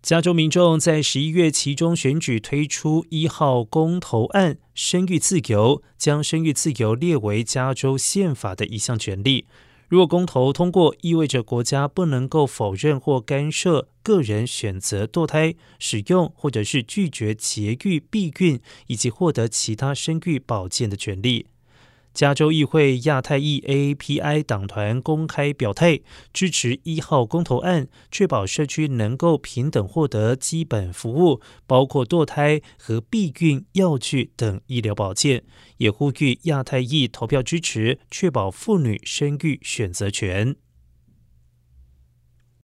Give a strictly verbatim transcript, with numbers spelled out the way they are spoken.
加州民众在十一月期中选举推出一号公投案，生育自由，将生育自由列为加州宪法的一项权利。如果公投通过，意味着国家不能够否认或干涉个人选择堕胎、使用或者是拒绝节育、避孕以及获得其他生育保健的权利。加州议会亚太裔 A A P I 党团公开表态，支持一号公投案，确保社区能够平等获得基本服务，包括堕胎和避孕药具等医疗保健，也呼吁亚太裔投票支持，确保妇女生育选择权。